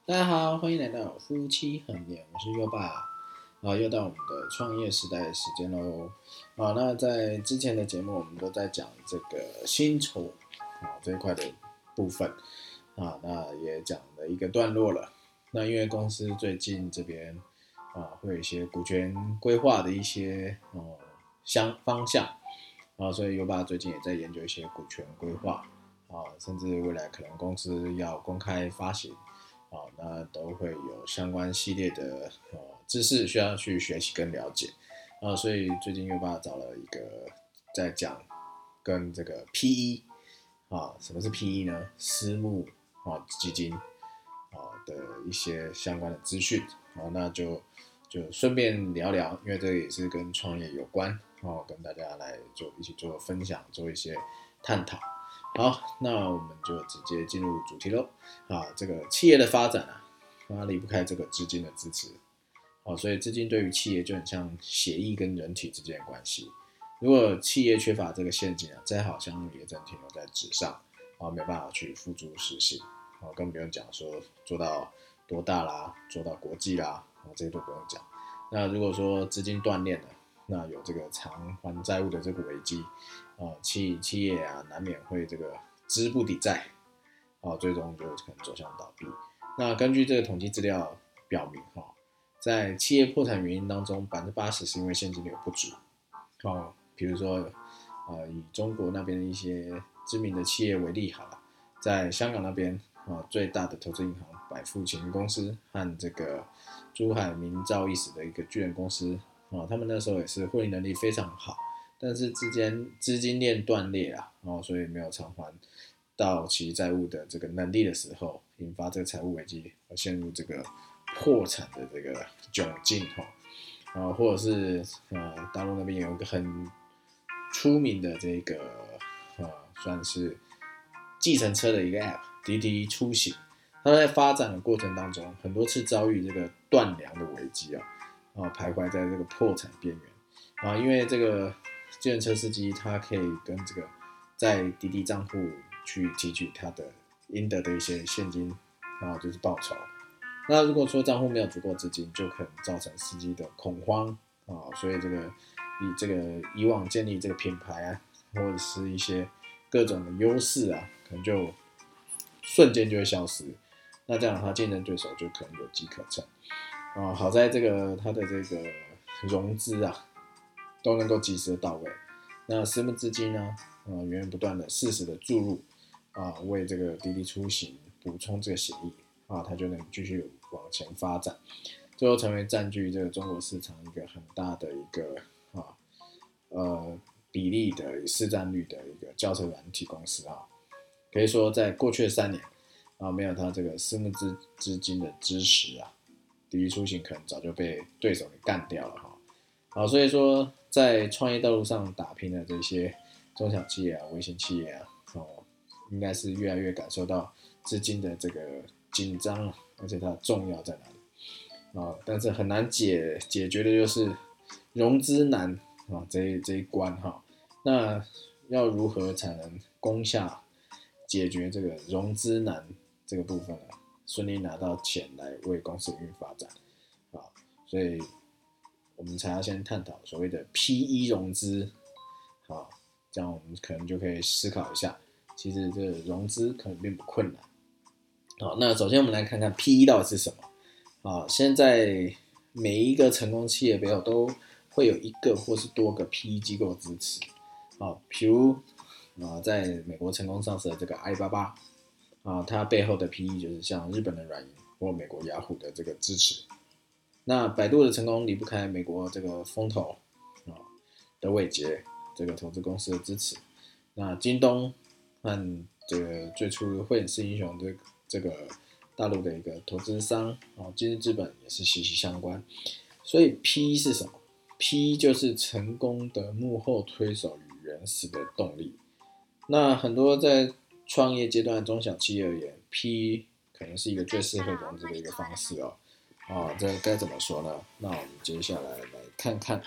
大家好，欢迎来到夫妻很眠，我是优爸。又到我们的创业时代的时间喽。那在之前的节目，我们都在讲这个薪酬这一块的部分那也讲了一个段落了。那因为公司最近这边会有一些股权规划的一些方向所以优爸最近也在研究一些股权规划甚至未来可能公司要公开发行那都会有相关系列的知识需要去学习跟了解所以最近又把找了一个在讲跟这个 PE 什么是 PE 呢？私募基金的一些相关的资讯那就顺便聊聊，因为这个也是跟创业有关跟大家来一起做分享，做一些探讨。好，那我们就直接进入主题喽。这个企业的发展它离不开这个资金的支持。所以资金对于企业就很像血液跟人体之间的关系。如果企业缺乏这个现金再好项目也只能停留在纸上没办法去付诸实行更不用讲说做到多大啦，做到国际啦这些都不用讲。那如果说资金断裂了，那有这个偿还债务的这个危机企业难免会这个资不抵债最终就可能走向倒闭。那根据这个统计资料表明在企业破产原因当中，80%是因为现金流不足比如说以中国那边的一些知名的企业为例好了，在香港那边最大的投资银行百富勤公司和这个珠海名噪一时的一个巨人公司他们那时候也是获利能力非常好，但是资金链断裂所以没有偿还到其债务的这个能力的时候，引发这个财务危机而陷入这个破产的这个窘境或者是大陆那边有一个很出名的这个算是计程车的一个 App 滴滴出行，它在发展的过程当中，很多次遭遇这个断粮的危机徘徊在这个破产边缘因为这个计程车司机他可以跟这个在滴滴账户去提取他的应得的一些现金就是报酬。那如果说账户没有足够资金，就可能造成司机的恐慌所以以往建立这个品牌或者是一些各种的优势可能就瞬间就会消失。那这样他竞争对手就可能有机可乘好在这个他的这个融资都能够及时的到位。那私募资金呢源源不断的适时的注入为这个滴滴出行补充这个血液它就能继续往前发展，最后成为占据这个中国市场一个很大的一个比例的市占率的一个轿车软体公司可以说在过去的3年没有它这个私募资金的支持滴滴出行可能早就被对手给干掉了所以说在创业道路上打拼的这些中小企业微型企业应该是越来越感受到资金的这个紧张而且它的重要在哪里但是很难解决的就是融资难这一关那要如何才能攻下解决这个融资难这个部分顺利拿到钱来为公司营运发展所以我们才要先探讨所谓的 PE 融资这样我们可能就可以思考一下，其实这个融资可能并不困难那首先我们来看看 PE 到底是什么现在每一个成功企业背后都会有一个或是多个 PE 机构支持比如在美国成功上市的这个阿里巴巴它背后的 PE 就是像日本的软银或美国雅虎的这个支持。那百度的成功离不开美国这个风投的伟捷这个投资公司的支持。那京东和这个最初慧眼识英雄这个大陆的一个投资商今日资本也是息息相关。所以 PE 是什么？ PE 就是成功的幕后推手与原始的动力。那很多在创业阶段的中小企业而言， PE 可能是一个最适合融资的一个方式这该怎么说呢？那我们接下来看看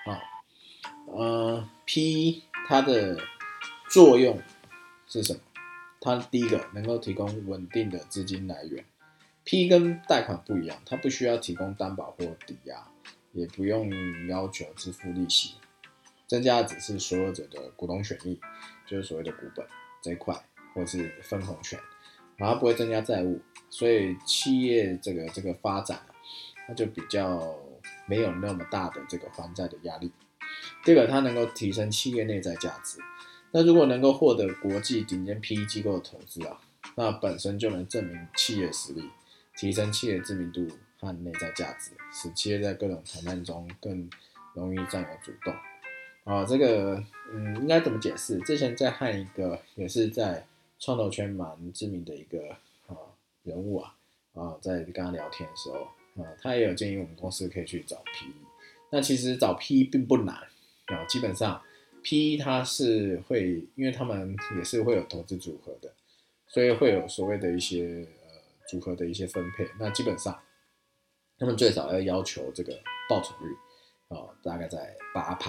PE 它的作用是什么？它第一个能够提供稳定的资金来源 PE 跟贷款不一样，它不需要提供担保或抵押，也不用要求支付利息，增加的只是所有者的股东权益，就是所谓的股本这一块，或是分红权，然后它不会增加债务，所以企业这个发展它就比较没有那么大的这个还债的压力。第二个，它能够提升企业内在价值。那如果能够获得国际顶尖 PE 机构的投资那本身就能证明企业实力，提升企业知名度和内在价值，使企业在各种谈判中更容易占有主动。这个应该怎么解释？之前在和一个也是在创投圈蛮知名的一个人物在跟他聊天的时候他也有建议我们公司可以去找 PE。那其实找 PE 并不难基本上 PE 它是会，因为他们也是会有投资组合的，所以会有所谓的一些组合的一些分配。那基本上他们最少要求这个报酬率大概在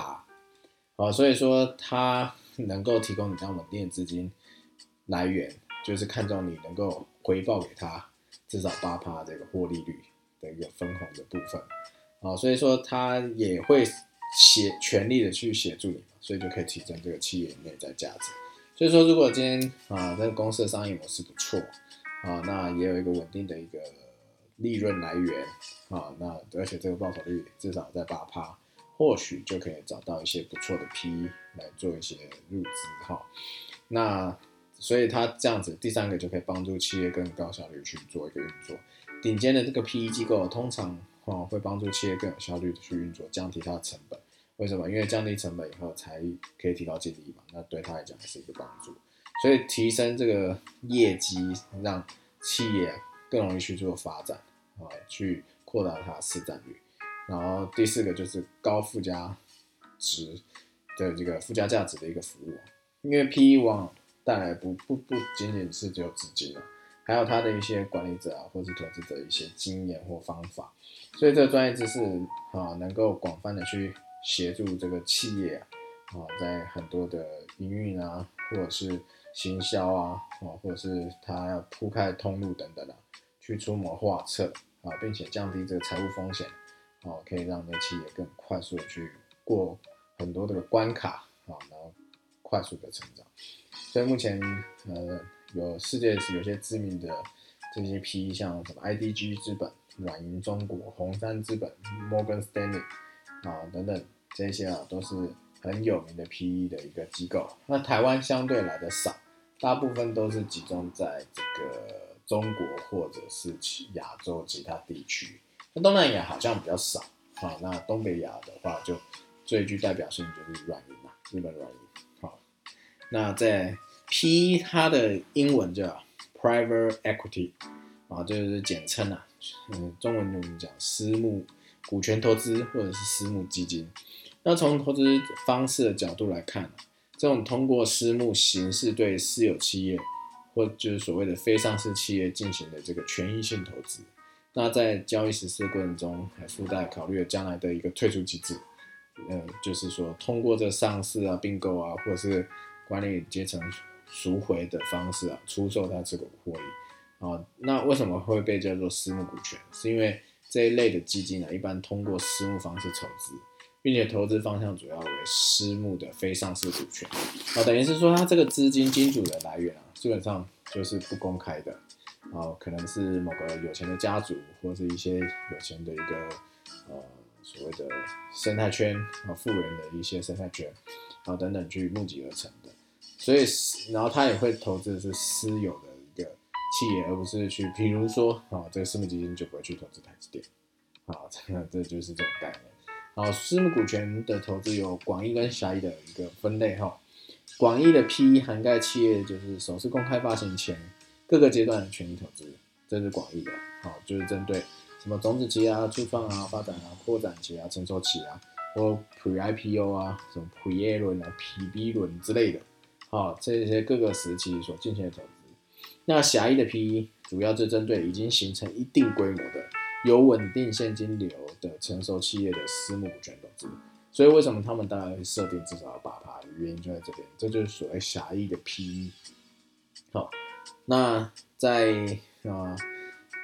8%。所以说它能够提供你这样稳定的资金来源，就是看重你能够回报给他至少8%这个获利率的一个分红的部分所以说他也会全力的去协助你嘛，所以就可以提升这个企业内在价值。所以说，如果今天这个公司的商业模式不错那也有一个稳定的一个利润来源那而且这个报酬率至少在8%，或许就可以找到一些不错的 PE 来做一些入资那所以它这样子，第三个就可以帮助企业更高效率去做一个运作。顶尖的这个 PE 机构通常会帮助企业更有效率的去运作，降低它的成本。为什么？因为降低成本以后才可以提高净利嘛，那对他来讲也是一个帮助。所以提升这个业绩，让企业更容易去做发展去扩大它的市占率。然后第四个就是高附加值的这个附加价值的一个服务，因为 PE 网带来不仅仅是只有资金还有他的一些管理者或是投资者一些经验或方法，所以这个专业知识能够广泛的去协助这个企业在很多的营运或者是行销或者是他要铺开通路等等去出谋划策并且降低这个财务风险可以让那企业更快速的去过很多的关卡然后快速的成长。所以目前有世界有些知名的这些 PE， 像什么 IDG 资本、软银中国、红杉资本、Morgan Stanley 等等这些都是很有名的 PE 的一个机构。那台湾相对来的少，大部分都是集中在这个中国或者是亚洲其他地区。那东南亚好像比较少那东北亚的话就最具代表性就是软银日本软银那在 PE 它的英文叫 Private Equity 就是简称中文我们讲私募股权投资或者是私募基金。那从投资方式的角度来看这种通过私募形式对私有企业或就是所谓的非上市企业进行的这个权益性投资，那在交易实施的过程中还附带考虑了将来的一个退出机制就是说通过这上市并购或者是管理阶层赎回的方式出售它这个获利那为什么会被叫做私募股权？是因为这一类的基金一般通过私募方式筹资，并且投资方向主要为私募的非上市股权等于是说它这个资金金主的来源基本上就是不公开的可能是某个有钱的家族或是一些有钱的一个所谓的生态圈富人的一些生态圈等等去募集而成的。所以然后他也会投资的是私有的一个企业，而不是去比如说这个私募基金就不会去投资台积电这就是这种概念私募股权的投资有广义跟狭义的一个分类广义的 PE 涵盖企业就是首次公开发行前各个阶段的权益投资，这是广义的就是针对什么种子期初创发展扩展期成熟期或 Pre-IPO 什么 Pre-A 轮PB 轮之类的这些各个时期所进行的投资。那狭义的 PE 主要是针对已经形成一定规模的有稳定现金流的成熟企业的私募股权投资。所以为什么他们大概会设定至少要8%的原因就在这边，这就是所谓狭义的 PE。那在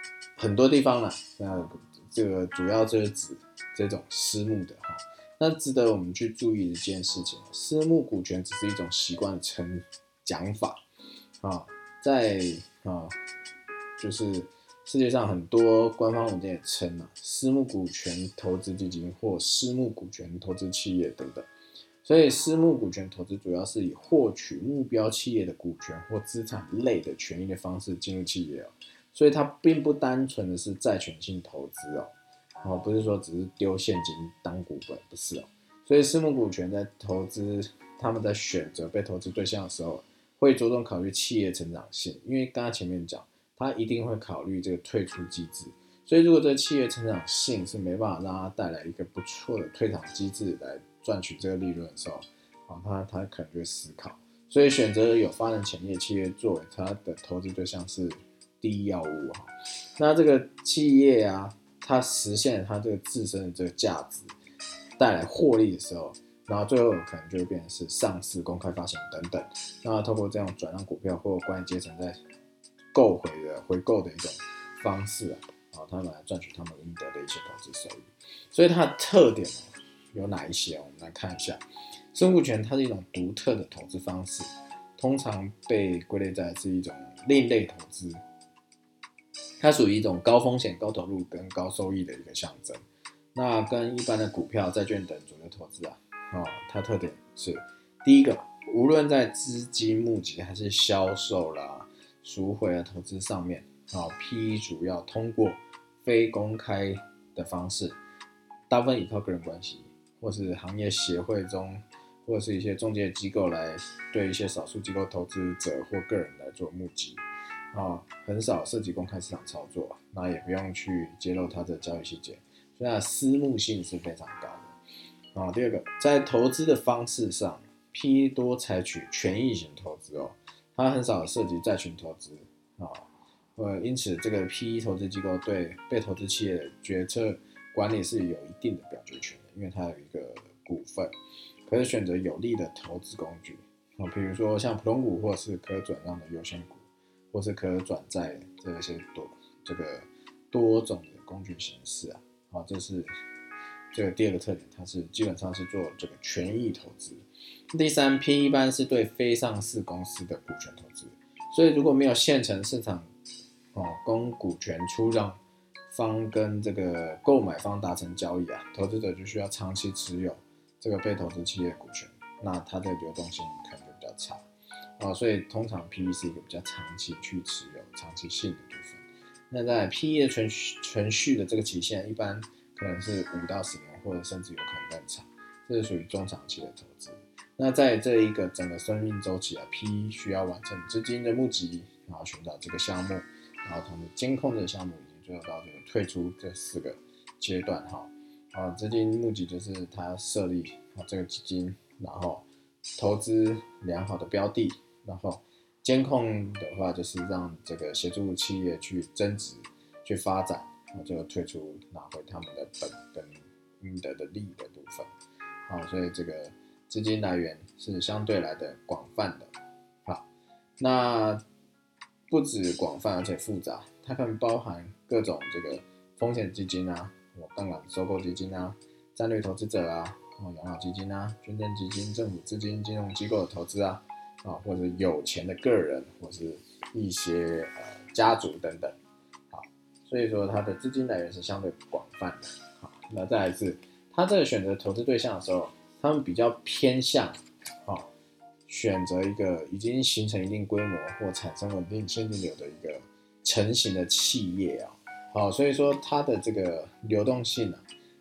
很多地方啦，这个主要就是指这种私募的哈。那值得我们去注意的一件事情，私募股权只是一种习惯的讲法啊，在就是世界上很多官方文件也称私募股权投资基金或私募股权投资企业等等。所以私募股权投资主要是以获取目标企业的股权或资产类的权益的方式进入企业所以它并不单纯的是债权性投资不是说只是丢现金当股本，不是所以私募股权在投资，他们在选择被投资对象的时候，会着重考虑企业成长性，因为刚刚前面讲，他一定会考虑这个退出机制，所以如果这个企业成长性是没办法让它带来一个不错的退场机制来赚取这个利润的时候，他可能就会思考，所以选择有发展潜力的企业作为他的投资对象是第一要务那这个企业它实现了它这个自身的这个价值，带来获利的时候，然后最后可能就会变成是上市、公开发行等等，那透过这样转让股票或关系阶层在回购的一种方式他们来赚取他们应得的一些投资收益。所以它的特点有哪一些？我们来看一下。私募股权它是一种独特的投资方式，通常被归类在是一种另类投资。它属于一种高风险、高投入跟高收益的一个象征。那跟一般的股票、债券等主流投资它特点是第一个，无论在资金募集还是销售啦、赎回投资上面，PE 主要通过非公开的方式，大部分依靠个人关系，或是行业协会中，或者是一些中介机构来对一些少数机构投资者或个人来做募集。很少涉及公开市场操作，那也不用去揭露它的交易细节，所以它的私募性是非常高的。第二个，在投资的方式上 ，PE 多采取权益型投资它很少涉及债权投资因此这个 PE 投资机构对被投资企业的决策管理是有一定的表决权的，因为它有一个股份，可以选择有利的投资工具比如说像普通股或是可转让的优先股。或是可转债这些多种的工具形式这是这个第二个特点，它是基本上是做这个权益投资。第三 ，P 一般是对非上市公司的股权投资，所以如果没有现成市场供股权出让方跟这个购买方达成交易投资者就需要长期持有这个被投资企业的股权，那它的流动性可能就比较差。所以通常 PE 是一个比较长期去持有、长期性的部分。那在 PE 的存续的这个期限，一般可能是5到10年，或者甚至有可能更长，这是属于中长期的投资。那在这一个整个生命周期PE 需要完成资金的募集，然后寻找这个项目，然后同时监控这个项目，以及最后到这个退出这4个阶段资金募集就是它设立这个基金，然后投资良好的标的。然后监控的话，就是让这个协助企业去增值、去发展，然后就退出拿回他们的本跟应得的利的部分。所以这个资金来源是相对来的广泛的。那不止广泛，而且复杂，它可能包含各种这个风险基金杠杆收购基金战略投资者养老基金捐赠基金、政府资金、金融机构的投资或者有钱的个人，或是一些家族等等。所以说它的资金来源是相对广泛的。那再来是他这个选择投资对象的时候，他们比较偏向选择一个已经形成一定规模或产生稳定现金流的一个成型的企业所以说它的这个流动性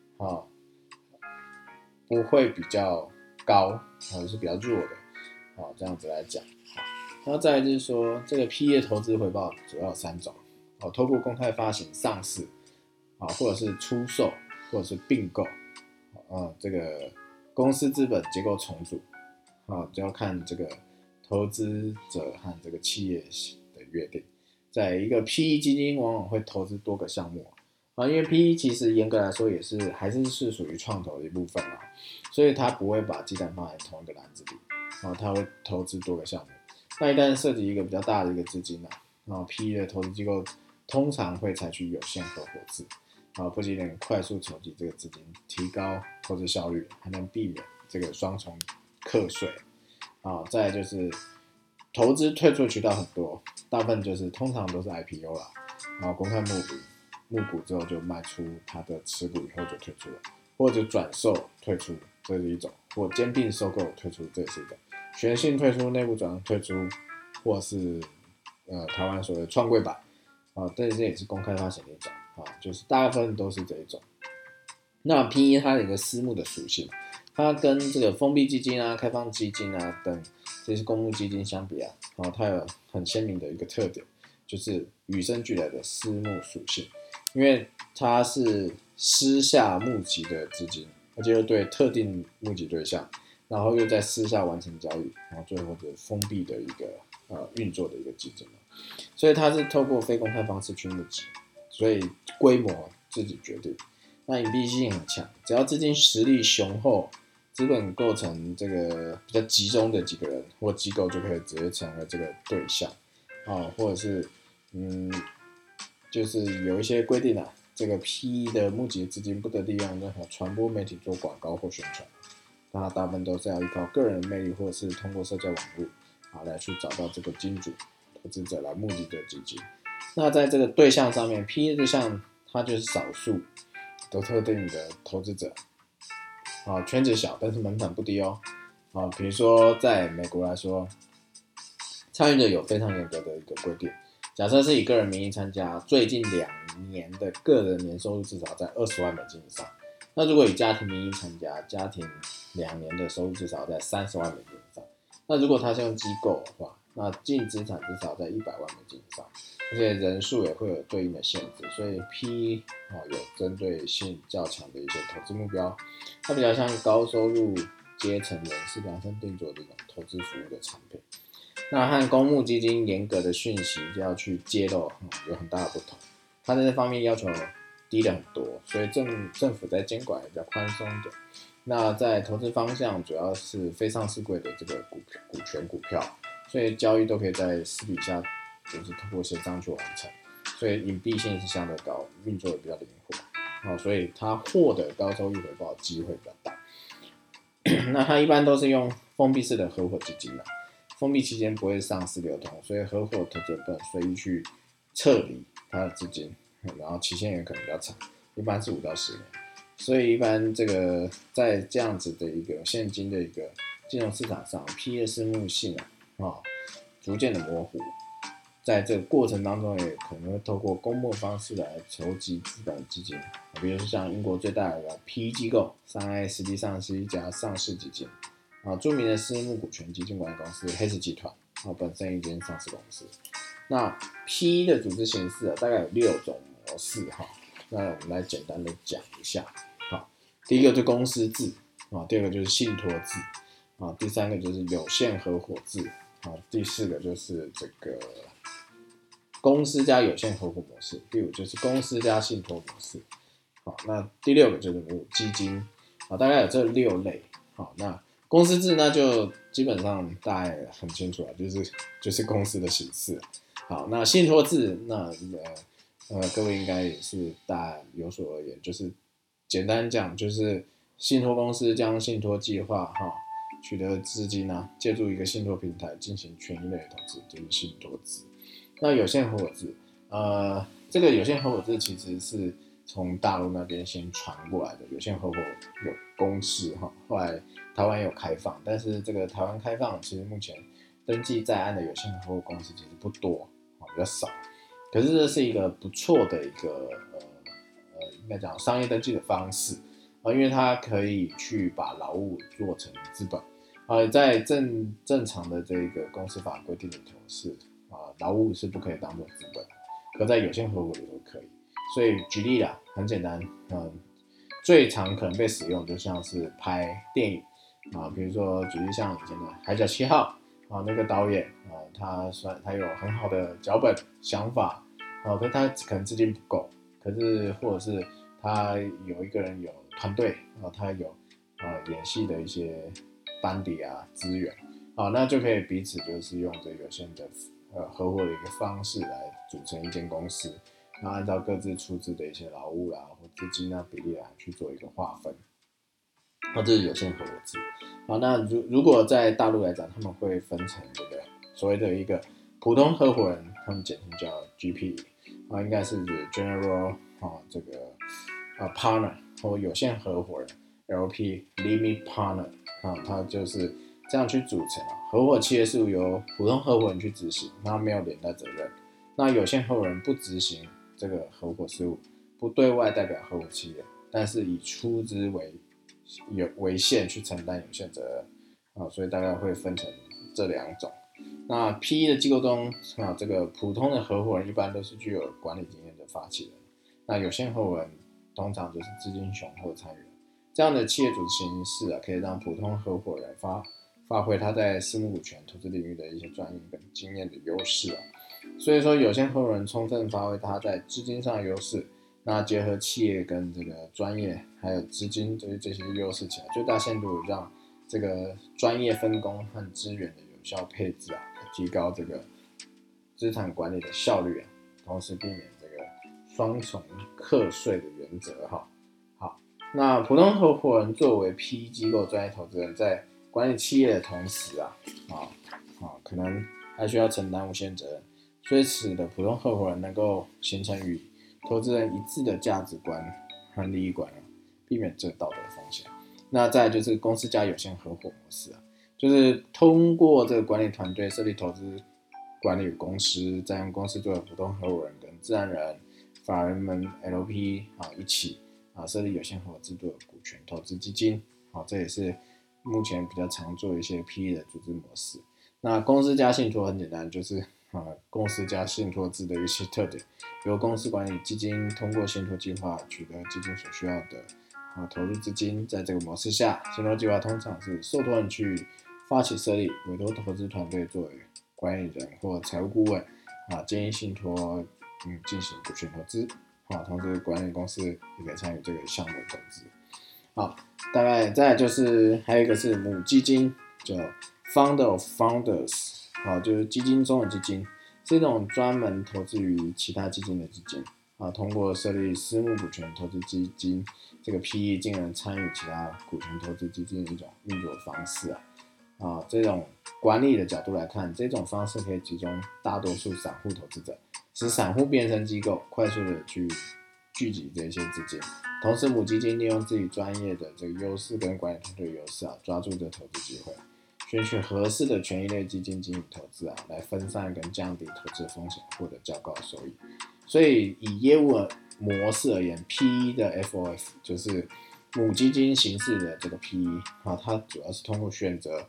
不会比较高，是比较弱的。这样子来讲，那再来就是说，这个 PE 投资回报主要有3种，透过公开发行、上市，或者是出售，或者是并购，这个公司资本结构重组，就要看这个投资者和这个企业的约定。在一个 PE 基金往往会投资多个项目因为 PE 其实严格来说还是属于创投的一部分所以它不会把鸡蛋放在同一个篮子里。他会投资多个项目，那一旦涉及一个比较大的一个资金PE 的投资机构通常会采取有限合伙制，不仅能快速筹集这个资金，提高投资效率，还能避免这个双重课税。再来就是投资退出渠道很多，大部分通常都是 IPO 啦，公开募股之后就卖出它的持股以后就退出了，或者转售退出，这是一种，或兼并收购退出，这也是一种，全性退出、内部转让退出，或是台湾所谓的创柜板，这也是公开发行的一种，就是大部分都是这一种。那 PE 它有一个私募的属性，它跟这个封闭基金啊、开放基金啊等这些公募基金相比啊，它有很鲜明的一个特点，就是与生俱来的私募属性，因为它是私下募集的资金，而且又对特定募集对象，然后又在私下完成交易，然后最后的封闭的一个运作的一个基金，所以它是透过非公开方式去募集，所以规模自己决定。那隐蔽性很强，只要资金实力雄厚，资本构成这个比较集中的几个人或机构，就可以直接成为这个对象，或者是就是有一些规定啊，这个 PE 的募集资金不得利用任何传播媒体做广告或宣传，那大部分都是要依靠个人的魅力或者是通过社交网络来去找到这个金主投资者来募集的基金。那在这个对象上面 ，PE 对象它就是少数的特定的投资者，圈子小，但是门槛不低哦。比如说在美国来说，参与者有非常严格的一个规定，假设是以个人名义参加，最近2年的个人年收入至少在20万美金以上。那如果以家庭名义参加，家庭2年的收入至少在30万美金以上。那如果他是用机构的话，那净资产至少在100万美金以上，而且人数也会有对应的限制，所以 PE 有针对性较强的一些投资目标，它比较像高收入阶层人士量身定做的这种投资服务的产品。那和公募基金严格的讯息就要去揭露，有很大的不同。它在这方面要求低了很多，所以政府在监管也比较宽松一点。那在投资方向主要是非上市柜的这个股权股票，所以交易都可以在私底下就是通过协商去完成，所以隐蔽性是相对高，运作也比较灵活，所以它获得高收益回报的机会比较大。那它一般都是用封闭式的合伙基金啦，封闭期间不会上市流通，所以合伙投资者不能随意去撤离它的资金，然后期限也可能比较长，一般是5到10年。所以一般这个在这样子的一个现今的一个金融市场上 ，PE 的私募性逐渐的模糊，在这个过程当中也可能会透过公募方式来筹集资本基金，比如说像英国最大的 PE 机构3i 实际上是一家上市基金，著名的私募股权基金管理公司黑石集团，本身一间上市公司。那 PE 的组织形式大概有6种模式那我们来简单的讲一下。第一个就是公司制，第二个就是信托制，第三个就是有限合伙制，第4个就是这个公司加有限合伙模式，第5就是公司加信托模式。那第6个就是母基金，大概有这6类。那公司制那就基本上大家很清楚了，就是公司的形式。好，那信托制那各位应该也是大有所而言，就是简单讲就是信托公司将信托计划取得资金借助一个信托平台进行权益类的投资，就是信托制。那有限合伙制，这个有限合伙制其实是从大陆那边先传过来的。有限合伙有公式后来台湾有开放，但是这个台湾开放其实目前登记在案的有限合伙公司其实不多，比较少。可是这是一个不错的一个应该讲商业登记的方式因为它可以去把劳务做成资本在正常的这个公司法规定里头是劳务是不可以当做资本，可在有限合伙里头可以。所以举例啦，很简单，最常可能被使用就像是拍电影比如说举例像以前的《海角七号》那个导演他有很好的脚本想法可是他可能资金不够，可是或者是他有一个人有团队他有演戏的一些班底资源那就可以彼此就是用这有限的合伙的一个方式来组成一间公司然后按照各自出资的一些劳务啦或资金比例来去做一个划分。这是有限合伙制。好，那如果在大陆来讲，他们会分成这个所谓的一个普通合伙人，他们简称叫 GP， 应该是 General 这个Partner 或有限合伙人 LP Limit Partner 它就是这样去组成。合伙企业是由普通合伙人去执行，那没有连带责任。那有限合伙人不执行这个合伙事务，不对外代表合伙企业，但是以出资为限去承担有限责任所以大概会分成这两种。那 PE 的机构中这个普通的合伙人一般都是具有管理经验的发起人，那有限合伙人通常就是资金雄厚参与人。这样的企业组织形式可以让普通合伙人发挥他在私募股权投资领域的一些专业跟经验的优势所以说有限合伙人充分发挥他在资金上的优势，那结合企业跟这个专业还有资金这些优势起来，最大限度让这个专业分工和资源的有效配置提高这个资产管理的效率同时避免这个双重课税的原则好，那普通合伙人作为 PE 机构专业投资人，在管理企业的同时可能还需要承担无限责任，所以使得普通合伙人能够形成与投资人一致的价值观和利益观避免这道德风险。那再来就是公司加有限合伙模式就是通过这个管理团队设立投资管理公司，再用公司作为普通合伙人跟自然人、法人们 LP 一起设立有限合伙制度的股权投资基金这也是目前比较常做一些 PE 的组织模式。那公司加信托很简单，就是公司加信托制的一些特点，由公司管理基金通过信托计划取得基金所需要的投入资金。在这个模式下，信托计划通常是受托人去发起设立，委托投资团队作为管理人或财务顾问建议信托进行股权投资同时管理公司也可以参与这个项目投资。大概再来就是还有一个是母基金，叫 Founder of Founders， 就是基金中的基金，是一种专门投资于其他基金的基金通过设立私募股权投资基金，这个 PE 进而参与其他股权投资基金的一种运作方式这种管理的角度来看，这种方式可以集中大多数散户投资者，使散户变成机构，快速的去聚集这些资金。同时母基金利用自己专业的这个优势跟管理团队优势抓住这投资机会，选取合适的权益类基金经营投资来分散跟降低投资风险，获得较高的收益。所以以业务模式而言， PE 的 FOF 就是母基金形式的这个 PE它主要是通过选择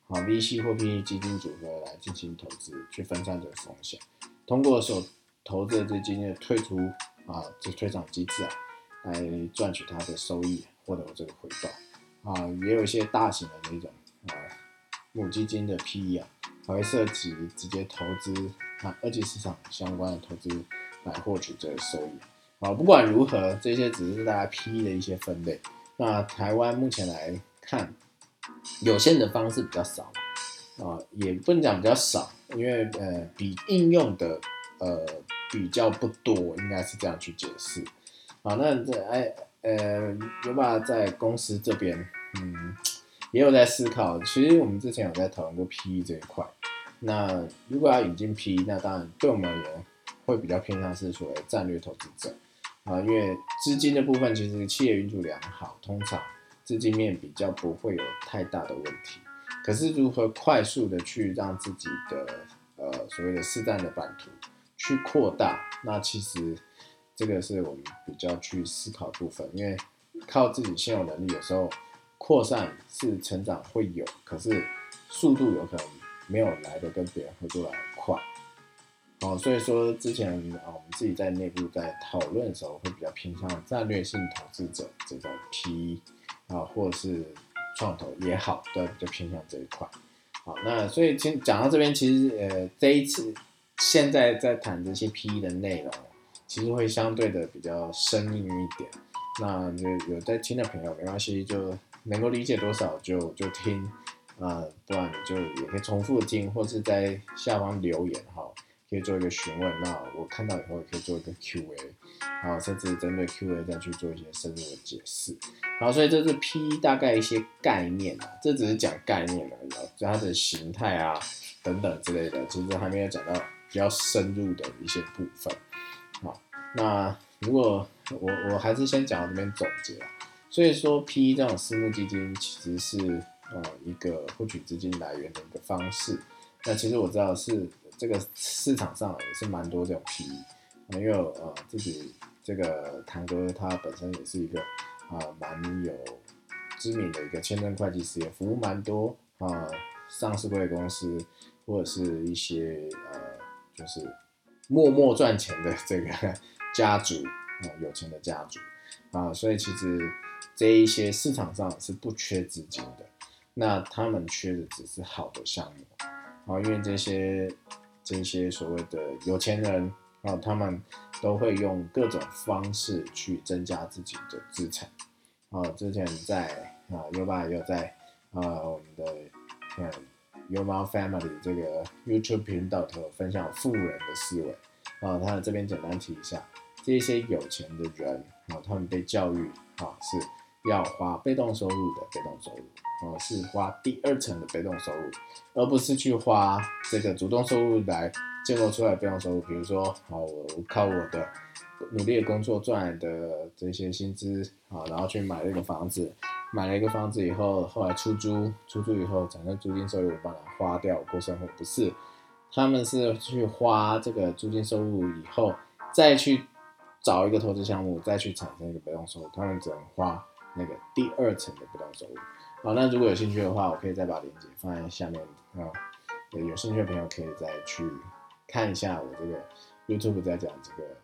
VC 或 PE 基金组合来进行投资，去分散这个风险，通过所投资的这基金的退出这退场机制来赚取它的收益，获得这个回报也有一些大型的那种母基金的 PE还会涉及直接投资二级市场相关的投资来获取这个收益不管如何，这些只是大家 PE 的一些分类。那台湾目前来看，有限的方式比较少也不能讲比较少，因为比应用的比较不多，应该是这样去解释那优爸在公司这边也有在思考，其实我们之前有在讨论过 PE 这一块。那如果要引进 PE， 那当然对我们而言会比较偏向是所谓战略投资者因为资金的部分其实企业运作良好，通常资金面比较不会有太大的问题。可是如何快速的去让自己的所谓的市占的版图去扩大，那其实这个是我们比较去思考的部分。因为靠自己现有能力，有时候扩散是成长会有，可是速度有可能没有来的跟别人合作来的快所以说之前我们自己在内部在讨论的时候，会比较偏向战略性投资者这种 PE或者是创投也好，都比较偏向这一块那所以讲到这边，其实这一次现在在谈这些 PE 的内容，其实会相对的比较生硬一点。那有在听的朋友没关系，就能够理解多少就听不然你就也可以重复听，或是在下方留言可以做一个询问，那我看到以后也可以做一个 Q&A， 好，甚至针对 Q&A 再去做一些深入的解释。好，所以这是 PE 大概一些概念啊，这只是讲概念而已啊，就它的形态啊等等之类的，其实还没有讲到比较深入的一些部分。好，那如果我还是先讲到这边总结啊。所以说 PE 这种私募基金其实是一个获取资金来源的一个方式。那其实我知道是这个市场上也是蛮多这种 PE，因为自己这个堂哥他本身也是一个蛮有知名的一个签证会计师，也服务蛮多上市贵公司或者是一些就是默默赚钱的这个家族有钱的家族所以其实这一些市场上是不缺资金的，那他们缺的只是好的项目因为这些所谓的有钱人他们都会用各种方式去增加自己的资产之前在优爸也有在我们的优猫 Family 这个 YouTube 频道头分享富人的思维他这边简单提一下，这些有钱的人他们被教育是要花被动收入的被动收入是花第二层的被动收入，而不是去花这个主动收入来建构出来的被动收入。比如说我靠我的努力的工作赚来的这些薪资然后去买了一个房子，买了一个房子以后，后来出租以后产生租金收入，我把它花掉过生活，不是。他们是去花这个租金收入以后，再去找一个投资项目，再去产生一个被动收入。他们只能花那个第二层的被动收入。那如果有兴趣的话，我可以再把链接放在下面有兴趣的朋友可以再去看一下我这个 YouTube 在讲这个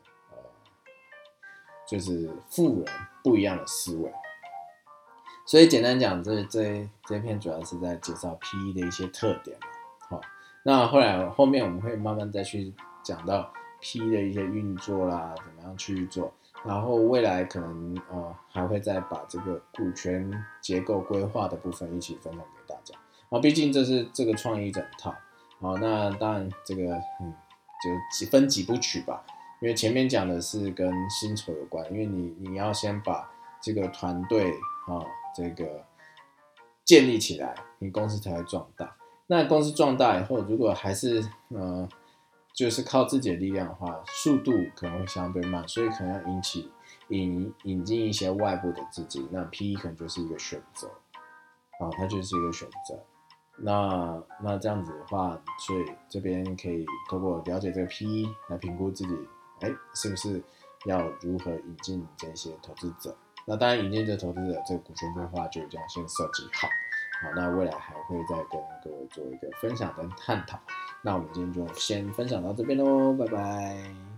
就是富人不一样的思维。所以简单讲，这篇主要是在介绍 PE 的一些特点那后面我们会慢慢再去讲到 PE 的一些运作啦，怎么样去做，然后未来可能还会再把这个股权结构规划的部分一起分享给大家毕竟这是这个创意整套那当然这个就分几部曲吧，因为前面讲的是跟薪酬有关，因为你要先把这个团队这个建立起来，你公司才会壮大。那公司壮大以后，如果还是就是靠自己的力量的话，速度可能会相对慢，所以可能要引进一些外部的资金，那 PE 可能就是一个选择它就是一个选择。那这样子的话，所以这边可以透过了解这个 PE 来评估自己，是不是要如何引进这些投资者。那当然，引进这投资者这个股权规划就这样先设计好。那未来还会再跟各位做一个分享跟探讨。那我们今天就先分享到这边喽，拜拜。